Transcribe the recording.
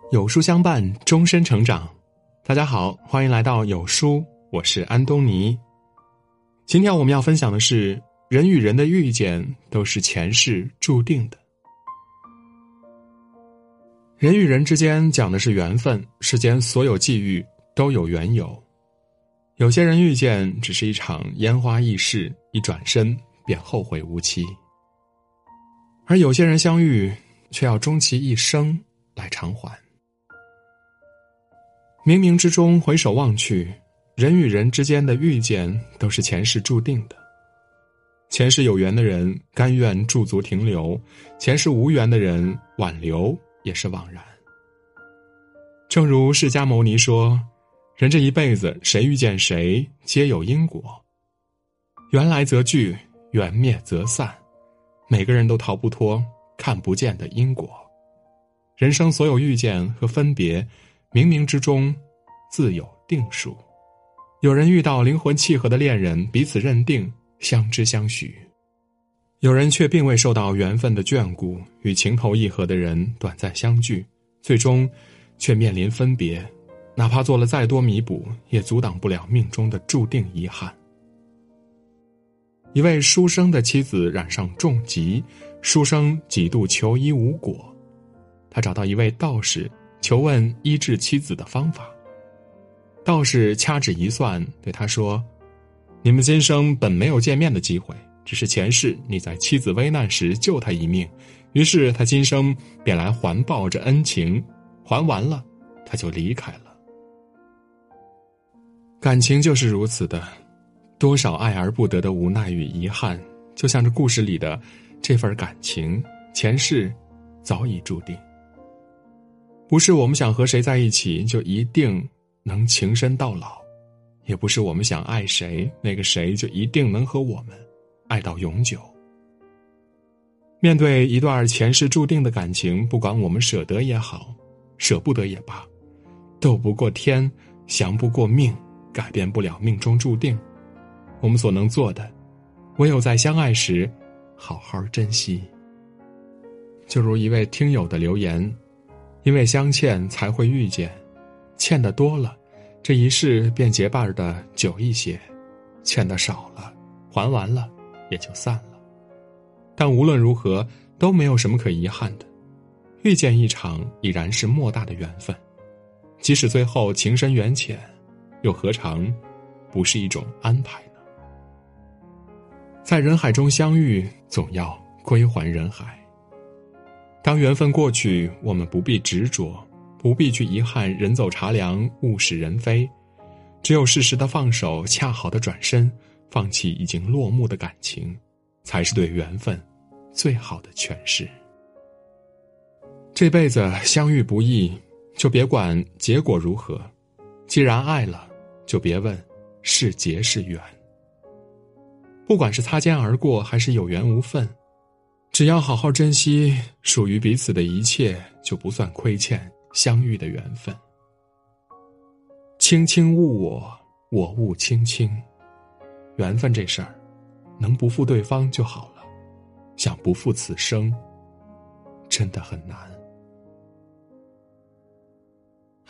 有书相伴，终身成长。大家好，欢迎来到有书，我是安东尼。今天我们要分享的是，人与人的遇见都是前世注定的。人与人之间讲的是缘分，世间所有际遇都有缘由。有些人遇见只是一场烟花易逝，一转身便后会无期。而有些人相遇，却要终其一生来偿还。冥冥之中回首望去，人与人之间的遇见都是前世注定的。前世有缘的人甘愿驻足停留，前世无缘的人挽留也是枉然。正如释迦牟尼说，人这一辈子谁遇见谁皆有因果，缘来则聚，缘灭则散，每个人都逃不脱看不见的因果。人生所有遇见和分别，冥冥之中自有定数。有人遇到灵魂契合的恋人，彼此认定，相知相许；有人却并未受到缘分的眷顾，与情投意合的人短暂相聚，最终却面临分别，哪怕做了再多弥补，也阻挡不了命中的注定遗憾。一位书生的妻子染上重疾，书生几度求医无果，他找到一位道士，求问医治妻子的方法。道士掐指一算，对他说，你们今生本没有见面的机会，只是前世你在妻子危难时救他一命，于是他今生便来还报这恩情，还完了他就离开了。感情就是如此的，多少爱而不得的无奈与遗憾，就像这故事里的这份感情，前世早已注定。不是我们想和谁在一起就一定能情深到老，也不是我们想爱谁，那个谁就一定能和我们爱到永久。面对一段前世注定的感情，不管我们舍得也好，舍不得也罢，斗不过天，降不过命，改变不了命中注定。我们所能做的，唯有在相爱时好好珍惜。就如一位听友的留言，因为相欠才会遇见，欠的多了，这一世便结伴的久一些，欠的少了，还完了也就散了。但无论如何都没有什么可遗憾的，遇见一场已然是莫大的缘分，即使最后情深缘浅，又何尝不是一种安排呢？在人海中相遇，总要归还人海。当缘分过去，我们不必执着，不必去遗憾人走茶凉，物是人非，只有适时的放手，恰好的转身，放弃已经落幕的感情，才是对缘分最好的诠释。这辈子相遇不易，就别管结果如何，既然爱了，就别问是劫是缘。不管是擦肩而过还是有缘无分，只要好好珍惜属于彼此的一切，就不算亏欠相遇的缘分。卿卿误我，我误卿卿，缘分这事儿，能不负对方就好了，想不负此生，真的很难。